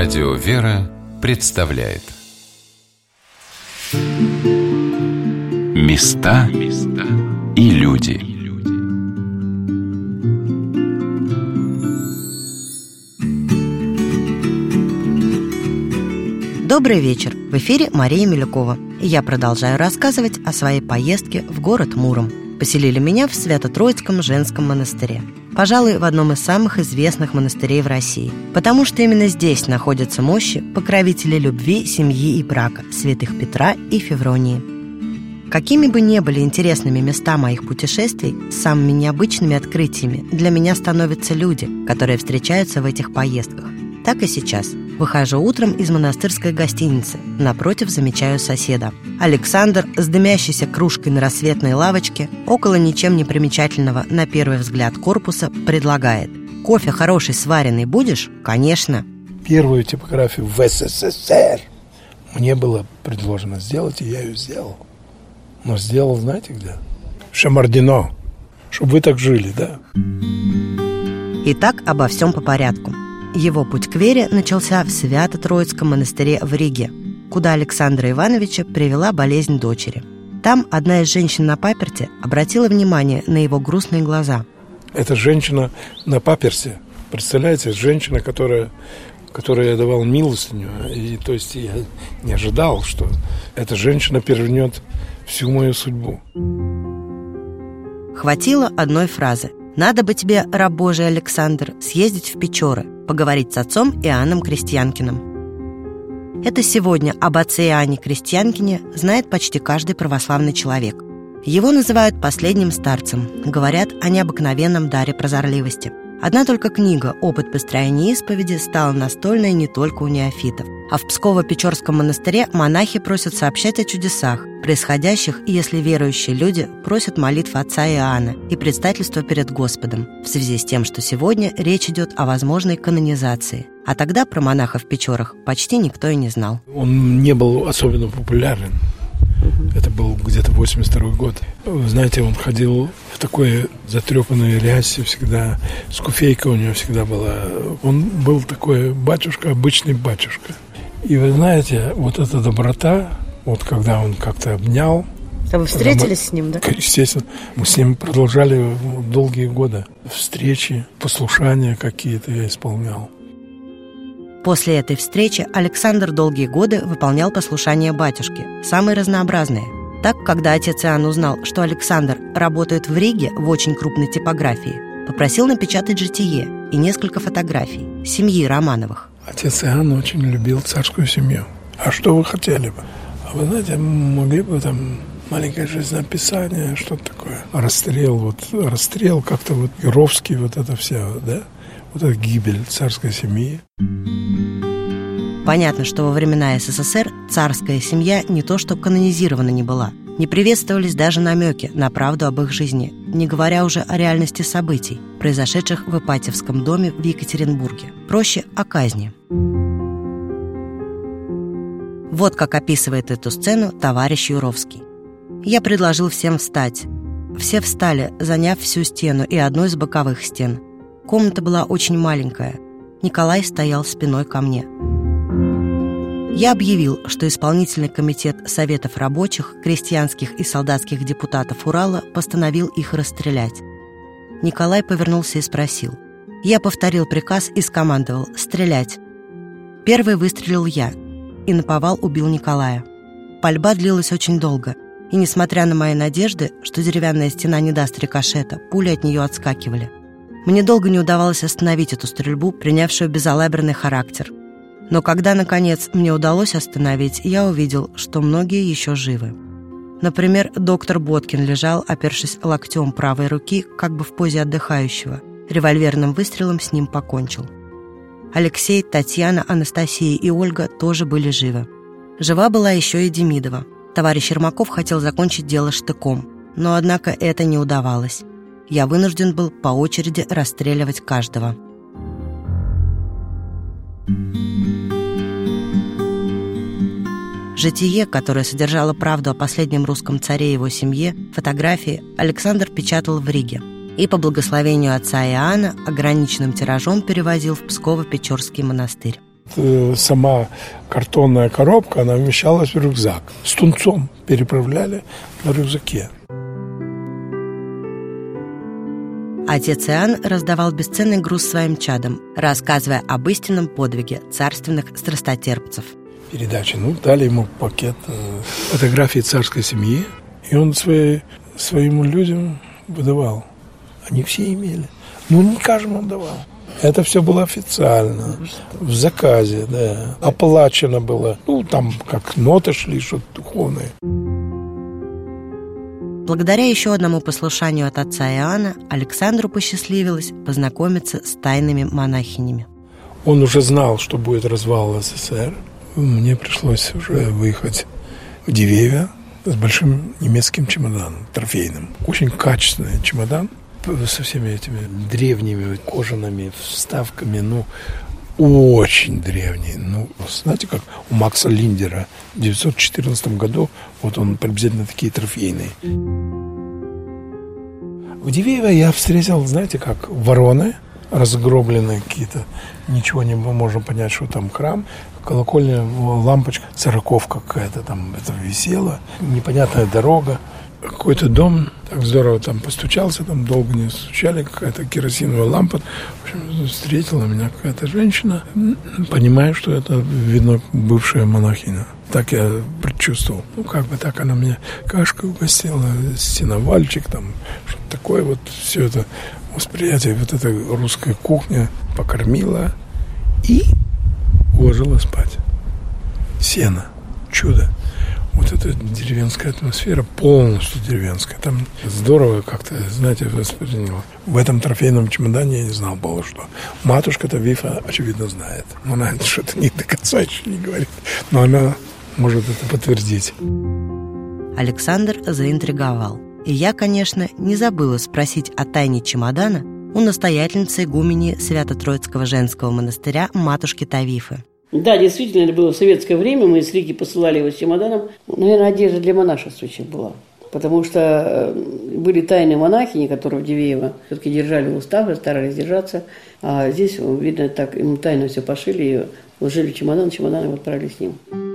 Радио «Вера» представляет Места и люди. Добрый вечер! В эфире Мария Милюкова. И я продолжаю рассказывать о своей поездке в город Муром. Поселили меня в Свято-Троицком женском монастыре. Пожалуй, в одном из самых известных монастырей в России. Потому что именно здесь находятся мощи покровителей любви, семьи и брака святых Петра и Февронии. Какими бы ни были интересными места моих путешествий, самыми необычными открытиями для меня становятся люди, которые встречаются в этих поездках. Так и сейчас. Выхожу утром из монастырской гостиницы. Напротив замечаю соседа. Александр с дымящейся кружкой на рассветной лавочке около ничем не примечательного на первый взгляд корпуса предлагает: «Кофе хороший сваренный будешь?» «Конечно». Первую типографию в СССР мне было предложено сделать, и я ее сделал. Но сделал, знаете где? В Шамардино. Чтобы вы так жили, да? Итак, обо всем по порядку. Его путь к вере начался в Свято-Троицком монастыре в Риге, куда Александра Ивановича привела болезнь дочери. Там одна из женщин на паперти обратила внимание на его грустные глаза. Это женщина на паперсе. Представляете, женщина, которая я давал милостыню. И то есть я не ожидал, что эта женщина перевернет всю мою судьбу. Хватило одной фразы: «Надо бы тебе, раб Божий Александр, съездить в Печоры, поговорить с отцом Иоанном Крестьянкиным». Это сегодня об отце Иоанне Крестьянкине знает почти каждый православный человек. Его называют последним старцем, говорят о необыкновенном даре прозорливости. Одна только книга «Опыт построения исповеди» стала настольной не только у неофитов. А в Псково-Печорском монастыре монахи просят сообщать о чудесах, происходящих, если верующие люди просят молитв отца Иоанна и предстательства перед Господом, в связи с тем, что сегодня речь идет о возможной канонизации. А тогда про монаха в Печорах почти никто и не знал. Он не был особенно популярен. Это был где-то 82 год. Вы знаете, он ходил в такой затрепанной рясе всегда, с куфейкой у него всегда была. Он был такой батюшка, обычный батюшка. И вы знаете, вот эта доброта, вот когда он как-то обнял. А вы встретились с ним, да? Естественно. Мы с ним продолжали долгие годы. Встречи, послушания какие-то я исполнял. После этой встречи Александр долгие годы выполнял послушания батюшки, самые разнообразные. Так, когда отец Иоанн узнал, что Александр работает в Риге в очень крупной типографии, попросил напечатать житие и несколько фотографий семьи Романовых. Отец Иоанн очень любил царскую семью. А что вы хотели бы? А вы знаете, могли бы там маленькое жизнеописание, что-то такое. Расстрел как-то вот Юровский, вот это все, да? Вот эта гибель царской семьи. Понятно, что во времена СССР царская семья не то что канонизирована не была. Не приветствовались даже намеки на правду об их жизни, не говоря уже о реальности событий, произошедших в Ипатьевском доме в Екатеринбурге. Проще о казни. Вот как описывает эту сцену товарищ Юровский. «Я предложил всем встать. Все встали, заняв всю стену и одну из боковых стен. Комната была очень маленькая. Николай стоял спиной ко мне. Я объявил, что исполнительный комитет Советов рабочих, крестьянских и солдатских депутатов Урала постановил их расстрелять. Николай повернулся и спросил. Я повторил приказ и скомандовал «стрелять». Первый выстрелил я, и наповал убил Николая. Пальба длилась очень долго, и, несмотря на мои надежды, что деревянная стена не даст рикошета, пули от нее отскакивали. Мне долго не удавалось остановить эту стрельбу, принявшую безалаберный характер. Но когда, наконец, мне удалось остановить, я увидел, что многие еще живы. Например, доктор Боткин лежал, опершись локтем правой руки, как бы в позе отдыхающего. Револьверным выстрелом с ним покончил. Алексей, Татьяна, Анастасия и Ольга тоже были живы. Жива была еще и Демидова. Товарищ Ермаков хотел закончить дело штыком, но, однако, это не удавалось. Я вынужден был по очереди расстреливать каждого. Житие, которое содержало правду о последнем русском царе и его семье, фотографии, Александр печатал в Риге и по благословению отца Иоанна ограниченным тиражом перевозил в Псково-Печорский монастырь. Сама картонная коробка, она вмещалась в рюкзак. С тунцом переправляли на рюкзаке. Отец Иоанн раздавал бесценный груз своим чадам, рассказывая об истинном подвиге царственных страстотерпцев. Передачи, дали ему пакет фотографий царской семьи, и он своим людям выдавал. Они все имели. Не каждому он давал. Это все было официально, в заказе, да. Оплачено было. Там как ноты шли, что-то духовное. Благодаря еще одному послушанию от отца Иоанна Александру посчастливилось познакомиться с тайными монахинями. Он уже знал, что будет развал СССР. Мне пришлось уже выехать в Дивеево с большим немецким чемоданом, трофейным. Очень качественный чемодан со всеми этими древними кожаными вставками, очень древний. Знаете, как у Макса Линдера в 1914 году, он приблизительно такие трофейные. В Дивеево я встретил, знаете, как вороны, разгробленные какие-то, ничего не можем понять, что там храм, колокольня, лампочка, церковка какая-то там это висела, непонятная дорога. Какой-то дом, так здорово там постучался, там долго не стучали, какая-то керосиновая лампа. В общем, встретила меня какая-то женщина. Понимаю, что это, видно, бывшая монахиня. Так я предчувствовал. Так она мне кашкой угостила, сеновальчик, там, что-то такое, все это восприятие, эта русская кухня покормила и уложила спать. Сено, чудо. Эта деревенская атмосфера, полностью деревенская. Там здорово как-то, знаете, восприняла. В этом трофейном чемодане я не знал было, что. Матушка-то Вифа, очевидно, знает. Она что-то не до конца еще не говорит. Но она может это подтвердить. Александр заинтриговал. И я, конечно, не забыла спросить о тайне чемодана у настоятельницы игумени Свято-Троицкого женского монастыря матушки Тавифы. Да, действительно, это было в советское время. Мы из Риги посылали его с чемоданом. Наверное, одежда для монашества очень была. Потому что были тайные монахини, которые в Дивеево все-таки держали устав, старались держаться. А здесь, видно, так им тайно все пошили, и вложили в чемодан и отправили с ним.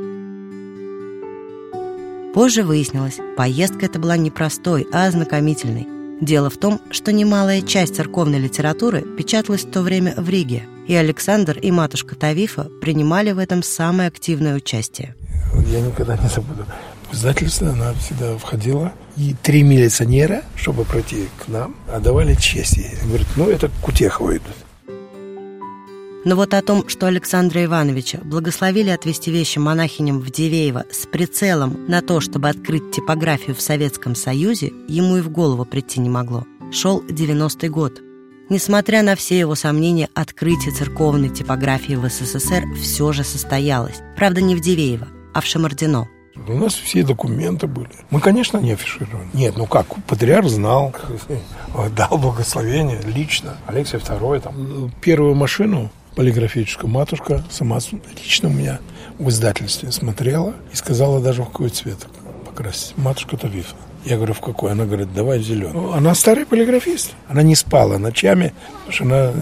Позже выяснилось, поездка эта была не простой, а ознакомительной. Дело в том, что немалая часть церковной литературы печаталась в то время в Риге, и Александр и матушка Тавифа принимали в этом самое активное участие. Я никогда не забуду. В издательство она всегда входила, и 3 милиционера, чтобы пройти к нам, отдавали честь ей. Говорит, это к Кутехову идут. Но о том, что Александра Ивановича благословили отвезти вещи монахиням в Дивеево с прицелом на то, чтобы открыть типографию в Советском Союзе, ему и в голову прийти не могло. Шел 90-й год. Несмотря на все его сомнения, открытие церковной типографии в СССР все же состоялось. Правда, не в Дивеево, а в Шамардино. У нас все документы были. Мы, конечно, не афишировали. Нет, патриарх знал, дал благословение лично. Алексей II там. Первую машину полиграфическую матушка сама лично у меня в издательстве смотрела и сказала даже, в какой цвет покрасить. Матушка Тавифа. Я говорю, в какой? Она говорит, давай в зеленый. Она старый полиграфист. Она не спала ночами, потому что она...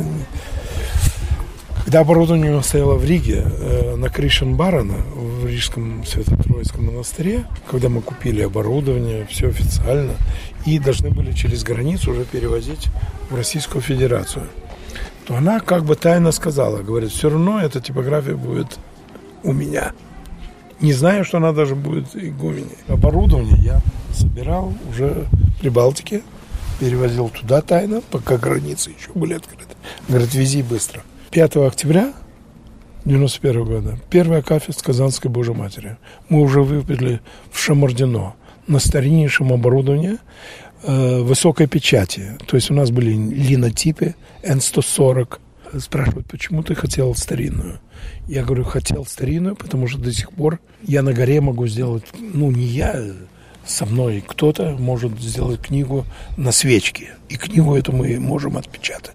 Когда оборудование у него стояло в Риге, на Кришенбарана, в Рижском Свято-Троицком монастыре, когда мы купили оборудование, все официально, и должны были через границу уже перевозить в Российскую Федерацию, то она тайно сказала, говорит, все равно эта типография будет у меня. Не знаю, что она даже будет игуменей. Оборудование я собирал уже в Прибалтике, перевозил туда тайно, пока границы еще были открыты. Говорит, вези быстро. 5 октября 1991 года первый акафист Казанской Божьей Матери. Мы уже вывели в Шамардино на стариннейшем оборудовании высокой печати. То есть у нас были линотипы N140. Спрашивают, почему ты хотел старинную? Я говорю, хотел старинную, потому что до сих пор я на горе могу сделать, не я, со мной кто-то может сделать книгу на свечке. И книгу эту мы можем отпечатать.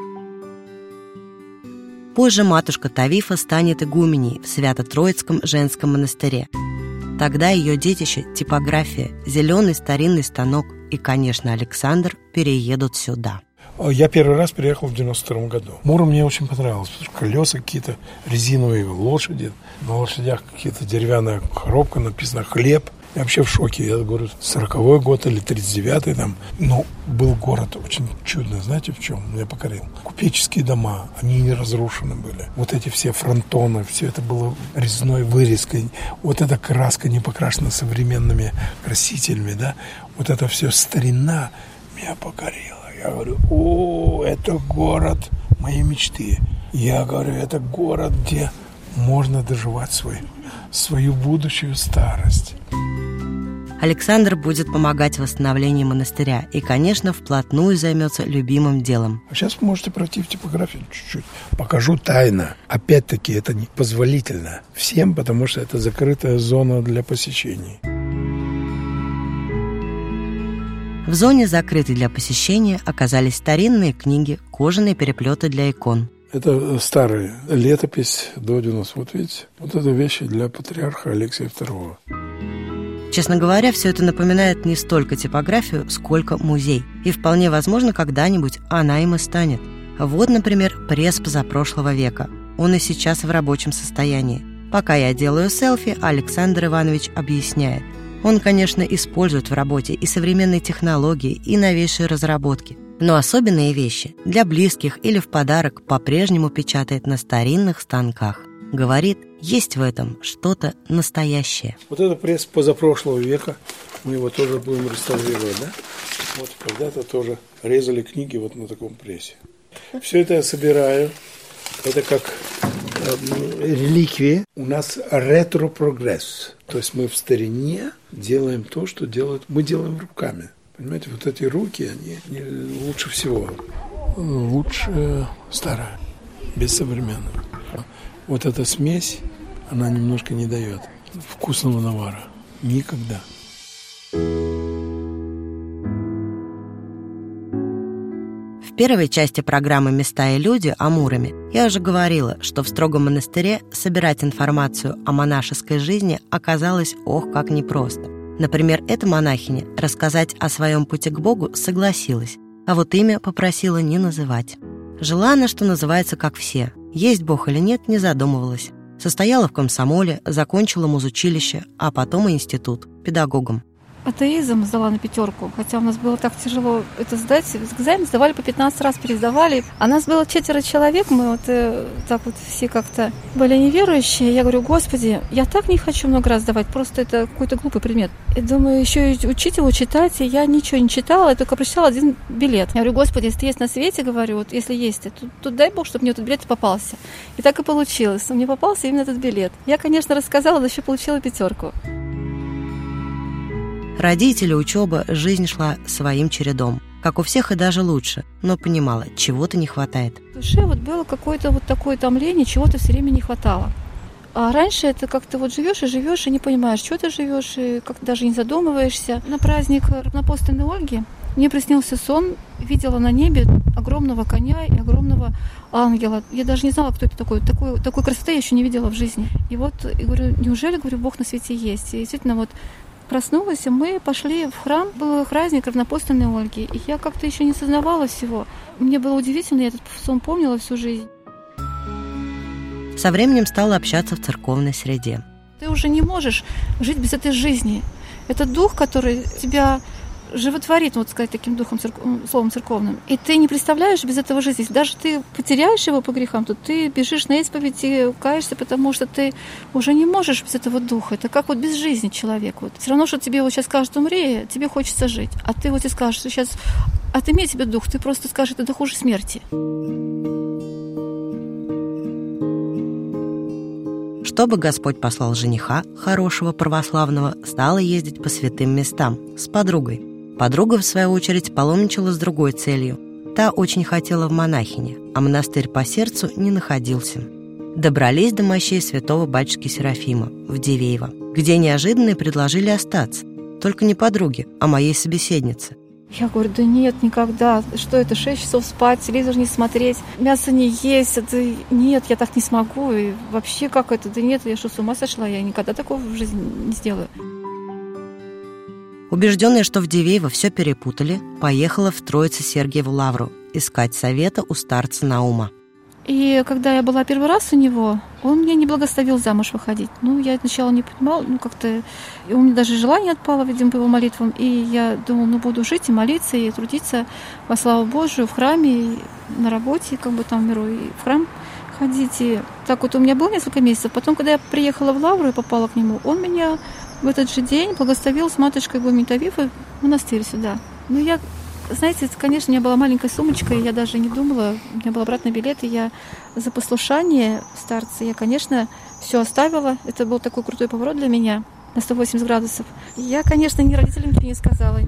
Позже матушка Тавифа станет игуменей в Свято-Троицком женском монастыре. Тогда ее детище, типография, зеленый старинный станок и, конечно, Александр переедут сюда. Я первый раз приехал в 92 году. Муром мне очень понравилось, потому что колеса какие-то резиновые, лошади. На лошадях какие-то деревянная коробка, написано «хлеб». Я вообще в шоке. Я говорю, 40-й год или 39-й там. Но был город очень чудный. Знаете, в чем? Меня покорил. Купеческие дома, они не разрушены были. Вот эти все фронтоны, все это было резной вырезкой. Вот эта краска не покрашена современными красителями, да. Вот это все старина меня покорила. Я говорю, это город моей мечты. Я говорю, это город, где можно доживать свою будущую старость. Александр будет помогать в восстановлении монастыря и, конечно, вплотную займется любимым делом. А сейчас вы можете пройти в типографию чуть-чуть. Покажу тайно. Опять-таки, это не позволительно всем, потому что это закрытая зона для посещений. В зоне, закрытой для посещения, оказались старинные книги, кожаные переплеты для икон. Это старая летопись до 90. Вот видите, вот это вещи для патриарха Алексия II. Честно говоря, все это напоминает не столько типографию, сколько музей. И вполне возможно, когда-нибудь она им и станет. Вот, например, пресс позапрошлого века. Он и сейчас в рабочем состоянии. Пока я делаю селфи, Александр Иванович объясняет. Он, конечно, использует в работе и современные технологии, и новейшие разработки. Но особенные вещи для близких или в подарок по-прежнему печатает на старинных станках. Говорит, есть в этом что-то настоящее. Вот это пресс позапрошлого века. Мы его тоже будем реставрировать, да? Вот когда-то тоже резали книги вот на таком прессе. Все это я собираю. Это как реликвии. У нас ретро-прогресс. То есть мы в старине делаем то, что мы делаем руками. Понимаете, вот эти руки, они лучше всего. Лучше старая, без современного. Вот эта смесь, она немножко не дает вкусного навара. Никогда. В первой части программы «Места и люди» о Муроме я уже говорила, что в строгом монастыре собирать информацию о монашеской жизни оказалось ох, как непросто. Например, эта монахиня рассказать о своем пути к Богу согласилась, а вот имя попросила не называть. Жила она, что называется, как все. Есть Бог или нет, не задумывалась. Состояла в комсомоле, закончила музучилище, а потом и институт, педагогом. Атеизм сдала на 5, хотя у нас было так тяжело это сдать. Экзамен сдавали по 15 раз, пересдавали. А нас было 4 человек, мы вот так вот все как-то были неверующие. Я говорю, Господи, я так не хочу много раз сдавать, просто это какой-то глупый предмет. И думаю, еще и учить его читать, и я ничего не читала, я только прочитала 1 билет. Я говорю, Господи, если ты есть на свете, говорю, вот если есть, то дай Бог, чтобы мне этот билет попался. И так и получилось, мне попался именно этот билет. Я, конечно, рассказала, но еще получила 5. Родители, учеба, жизнь шла своим чередом. Как у всех и даже лучше, но понимала, чего-то не хватает. В душе вот было какое-то вот такое томление, чего-то все время не хватало. А раньше это как-то вот живешь и не понимаешь, что ты живешь, и как-то даже не задумываешься. На праздник равнопостольной Ольги мне приснился сон, видела на небе огромного коня и огромного ангела. Я даже не знала, кто это такой. Такой красоты я еще не видела в жизни. И вот, я говорю, неужели, говорю, Бог на свете есть? И действительно вот проснулась, и мы пошли в храм. Был праздник равнопостольной Ольги. И я как-то еще не сознавала всего. Мне было удивительно, я этот сон помнила всю жизнь. Со временем стала общаться в церковной среде. Ты уже не можешь жить без этой жизни. Это дух, который тебя животворит, вот сказать, таким духом, словом церковным. И ты не представляешь без этого жизни. Если даже ты потеряешь его по грехам, то ты бежишь на исповедь и каешься, потому что ты уже не можешь без этого духа. Это как вот без жизни человек. Вот. Все равно, что тебе вот сейчас скажут умри, тебе хочется жить. А ты вот и скажешь, что сейчас отымей тебе дух, ты просто скажешь, это хуже смерти. Чтобы Господь послал жениха, хорошего православного, стала ездить по святым местам с подругой. Подруга, в свою очередь, паломничала с другой целью. Та очень хотела в монахине, а монастырь по сердцу не находился. Добрались до мощей святого батюшки Серафима в Дивеево, где неожиданно предложили остаться. Только не подруге, а моей собеседнице. Я говорю, да нет, никогда. Что это, 6 часов спать, телевизор не смотреть, мясо не есть. Это... Нет, я так не смогу. И вообще, как это? Да нет, я что, с ума сошла? Я никогда такого в жизни не сделаю. Убежденная, что в Дивеево все перепутали, поехала в Троице-Сергиеву лавру искать совета у старца Наума. И когда я была первый раз у него, он меня не благословил замуж выходить. Я сначала не понимала, как-то... И у меня даже желание отпало, видимо, по его молитвам. И я думала, буду жить и молиться, и трудиться во славу Божию в храме, и на работе, там в миру, и в храм ходить. И так у меня было несколько месяцев. Потом, когда я приехала в Лавру и попала к нему, он меня в этот же день благословил с матушкой Гумитавифой в монастырь сюда. Знаете, конечно, у меня была маленькая сумочка, и я даже не думала, у меня был обратный билет, и я за послушание старца, я, конечно, все оставила. Это был такой крутой поворот для меня на 180 градусов. Я, конечно, ни родителям ничего не сказала.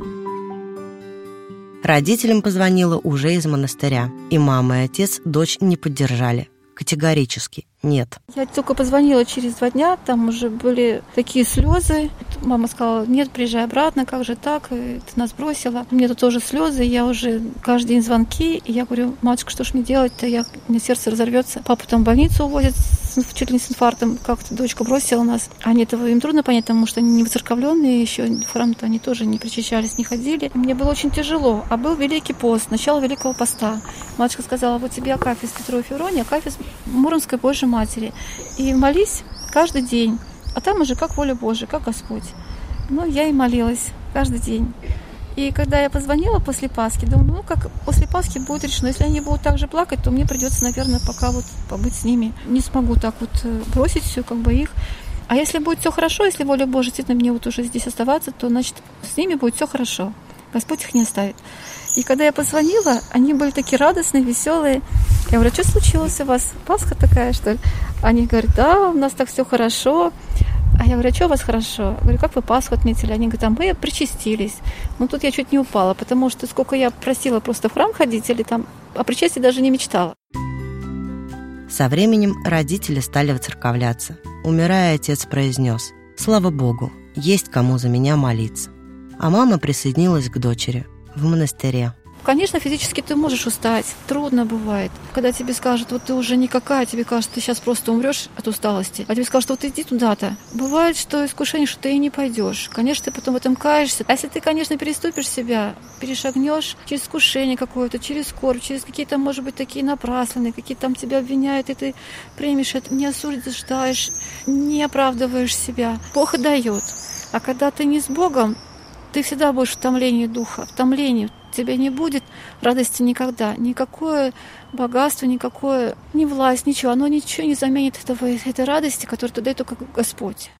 Родителям позвонила уже из монастыря, и мама и отец дочь не поддержали. Категорически нет. Я только позвонила через 2 дня, там уже были такие слезы. Мама сказала, нет, приезжай обратно, как же так, ты нас бросила. У меня тут тоже слезы, я уже каждый день звонки, и я говорю, матушка, что ж мне делать-то, у меня сердце разорвется. Папу там в больницу увозят, чуть ли не с инфарктом, как-то дочка бросила нас. Они этого им трудно понять, потому что они не воцерковленные, еще в храм-то они тоже не причащались, не ходили. Мне было очень тяжело, а был Великий пост, начало Великого поста. Матушка сказала, вот тебе акафист Петрова и Февронии, акафист Муромской Божьей Матери. И молись каждый день, а там уже как воля Божия, как Господь. Я и молилась каждый день. И когда я позвонила после Пасхи, думаю, как после Пасхи будет решено. Если они будут так же плакать, то мне придется, наверное, пока побыть с ними. Не смогу так бросить все, их. А если будет все хорошо, если воля Божия действительно мне уже здесь оставаться, то, значит, с ними будет все хорошо. Господь их не оставит. И когда я позвонила, они были такие радостные, веселые. Я говорю, что случилось у вас? Пасха такая, что ли? Они говорят, да, у нас так все хорошо. А я говорю, а что у вас хорошо? Я говорю, как вы Пасху отметили? Они говорят, мы причастились. Тут я чуть не упала, потому что сколько я просила просто в храм ходить, или о причастии даже не мечтала. Со временем родители стали воцерковляться. Умирая, отец произнес, слава Богу, есть кому за меня молиться. А мама присоединилась к дочери в монастыре. Конечно, физически ты можешь устать, трудно бывает. Когда тебе скажут, ты уже никакая, тебе кажется, ты сейчас просто умрешь от усталости, а тебе скажут, иди туда-то. Бывает, что искушение, что ты и не пойдешь. Конечно, ты потом в этом каешься. А если ты, конечно, переступишь себя, перешагнешь через искушение какое-то, через скорбь, через какие-то, может быть, такие напрасленные, какие там тебя обвиняют, и ты примешь это, не осуждаешь, не оправдываешь себя. Бог дает. А когда ты не с Богом, ты всегда будешь в томлении духа, в томлении. Тебя не будет радости никогда. Никакое богатство, никакое, ни власть, ничего. Оно ничего не заменит этой радости, которую ты дает только Господь.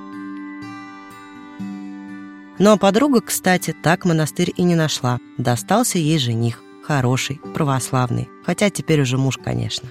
Но подруга, кстати, так монастырь и не нашла. Достался ей жених. Хороший, православный. Хотя теперь уже муж, конечно.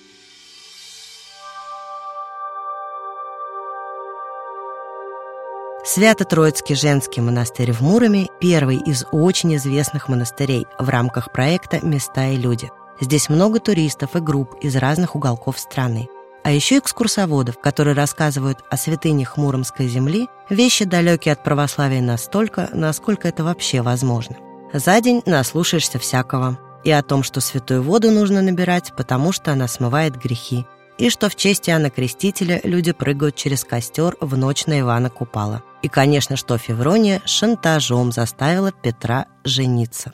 Свято-Троицкий женский монастырь в Муроме – первый из очень известных монастырей в рамках проекта «Места и люди». Здесь много туристов и групп из разных уголков страны. А еще экскурсоводов, которые рассказывают о святынях Муромской земли, вещи далекие от православия настолько, насколько это вообще возможно. За день наслушаешься всякого. И о том, что святую воду нужно набирать, потому что она смывает грехи. И что в честь Иоанна Крестителя люди прыгают через костер в ночь на Ивана Купала. И, конечно, что Феврония шантажом заставила Петра жениться.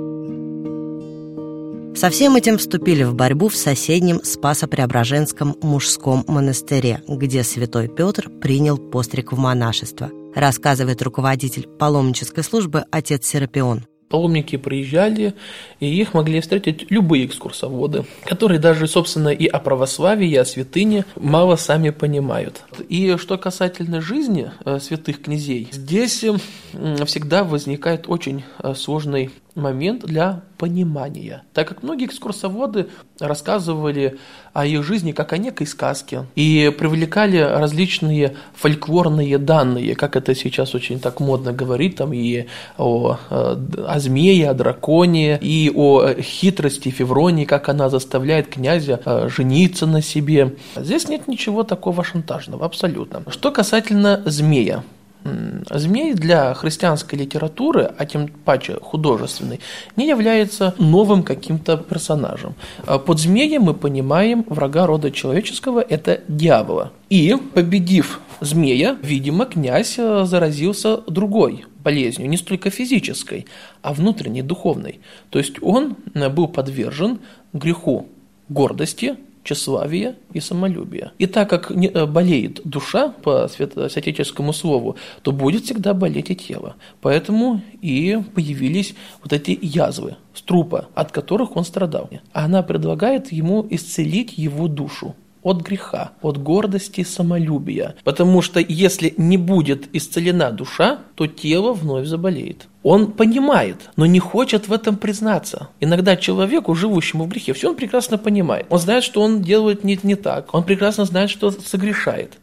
Со всем этим вступили в борьбу в соседнем Спасо-Преображенском мужском монастыре, где святой Петр принял постриг в монашество, рассказывает руководитель паломнической службы отец Серапион. Паломники приезжали, и их могли встретить любые экскурсоводы, которые даже, собственно, и о православии, и о святыне мало сами понимают. И что касательно жизни святых князей, здесь всегда возникает очень сложный момент для понимания, так как многие экскурсоводы рассказывали о их жизни как о некой сказке и привлекали различные фольклорные данные, как это сейчас очень так модно говорить, там и о змее, о драконе, и о хитрости Февронии, как она заставляет князя жениться на себе. Здесь нет ничего такого шантажного, абсолютно. Что касательно змея. Змей для христианской литературы, а тем паче художественной, не является новым каким-то персонажем. Под змеем мы понимаем врага рода человеческого, это дьявола. И, победив змея, видимо, князь заразился другой болезнью, не столько физической, а внутренней, духовной. То есть он был подвержен греху гордости, тщеславия и самолюбия. И так как болеет душа по святительскому слову, то будет всегда болеть и тело. Поэтому и появились вот эти язвы, струпа, от которых он страдал. Она предлагает ему исцелить его душу от греха, от гордости и самолюбия. Потому что если не будет исцелена душа, то тело вновь заболеет. Он понимает, но не хочет в этом признаться. Иногда человеку, живущему в грехе, все он прекрасно понимает. Он знает, что он делает не так. Он прекрасно знает, что согрешает.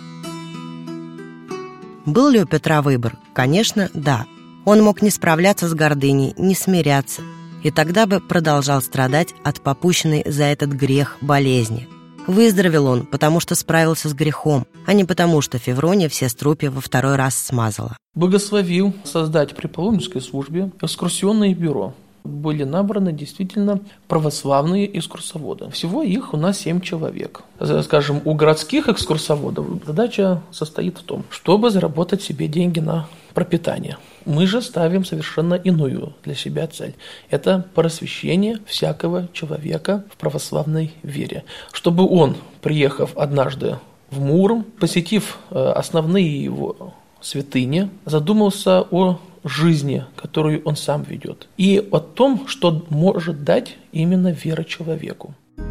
Был ли у Петра выбор? Конечно, да. Он мог не справляться с гордыней, не смиряться. И тогда бы продолжал страдать от попущенной за этот грех болезни. Выздоровел он, потому что справился с грехом, а не потому, что Феврония все струпья во второй раз смазала. Благословил создать при паломнической службе экскурсионное бюро. Были набраны действительно православные экскурсоводы. Всего их у нас 7 человек. Скажем, у городских экскурсоводов задача состоит в том, чтобы заработать себе деньги на пропитание. Мы же ставим совершенно иную для себя цель. Это просвещение всякого человека в православной вере. Чтобы он, приехав однажды в Муром, посетив основные его святыни, задумался о жизни, которую он сам ведет, и о том, что может дать именно вера человеку.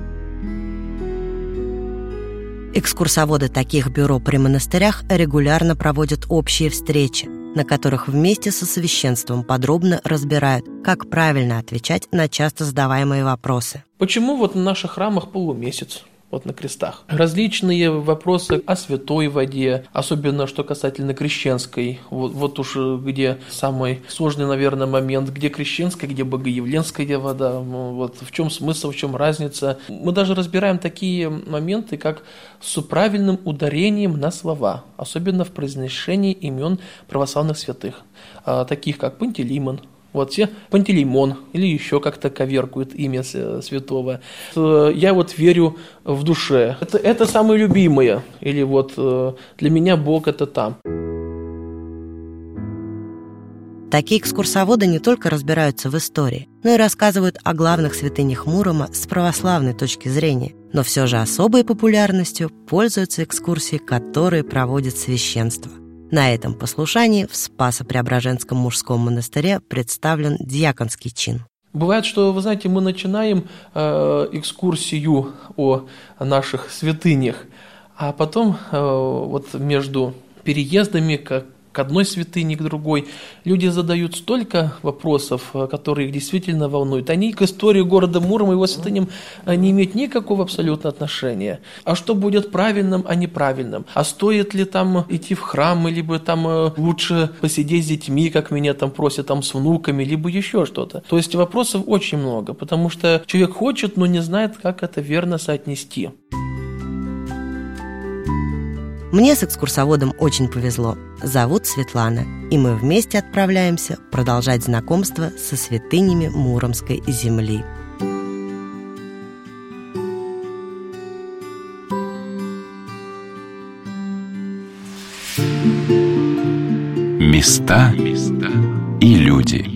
Экскурсоводы таких бюро при монастырях регулярно проводят общие встречи, на которых вместе со священством подробно разбирают, как правильно отвечать на часто задаваемые вопросы. Почему вот в наших храмах полумесяц? Вот на крестах. Различные вопросы о святой воде, особенно что касательно крещенской. Вот уж где самый сложный, наверное, момент, где крещенская, где богоявленская вода. Вот в чем смысл, в чем разница. Мы даже разбираем такие моменты, как с правильным ударением на слова, особенно в произношении имен православных святых, таких как Пантелеймон. Вот все Пантелеймон или еще как-то коверкуют имя святого. Я вот верю в душе. Это самое любимое. Или вот для меня Бог это там. Такие экскурсоводы не только разбираются в истории, но и рассказывают о главных святынях Мурома с православной точки зрения. Но все же особой популярностью пользуются экскурсии, которые проводит священство. На этом послушании в Спасо-Преображенском мужском монастыре представлен диаконский чин. Бывает, что, вы знаете, мы начинаем экскурсию о наших святынях, а потом вот между переездами к одной святыне, к другой, люди задают столько вопросов, которые их действительно волнуют. Они к истории города Мурома и его святыням не имеют никакого абсолютно отношения. А что будет правильным, а неправильным? А стоит ли там идти в храм, либо там лучше посидеть с детьми, как меня там просят, там с внуками, либо еще что-то? То есть вопросов очень много, потому что человек хочет, но не знает, как это верно соотнести. Мне с экскурсоводом очень повезло. Зовут Светлана, и мы вместе отправляемся продолжать знакомство со святынями Муромской земли. Места и люди.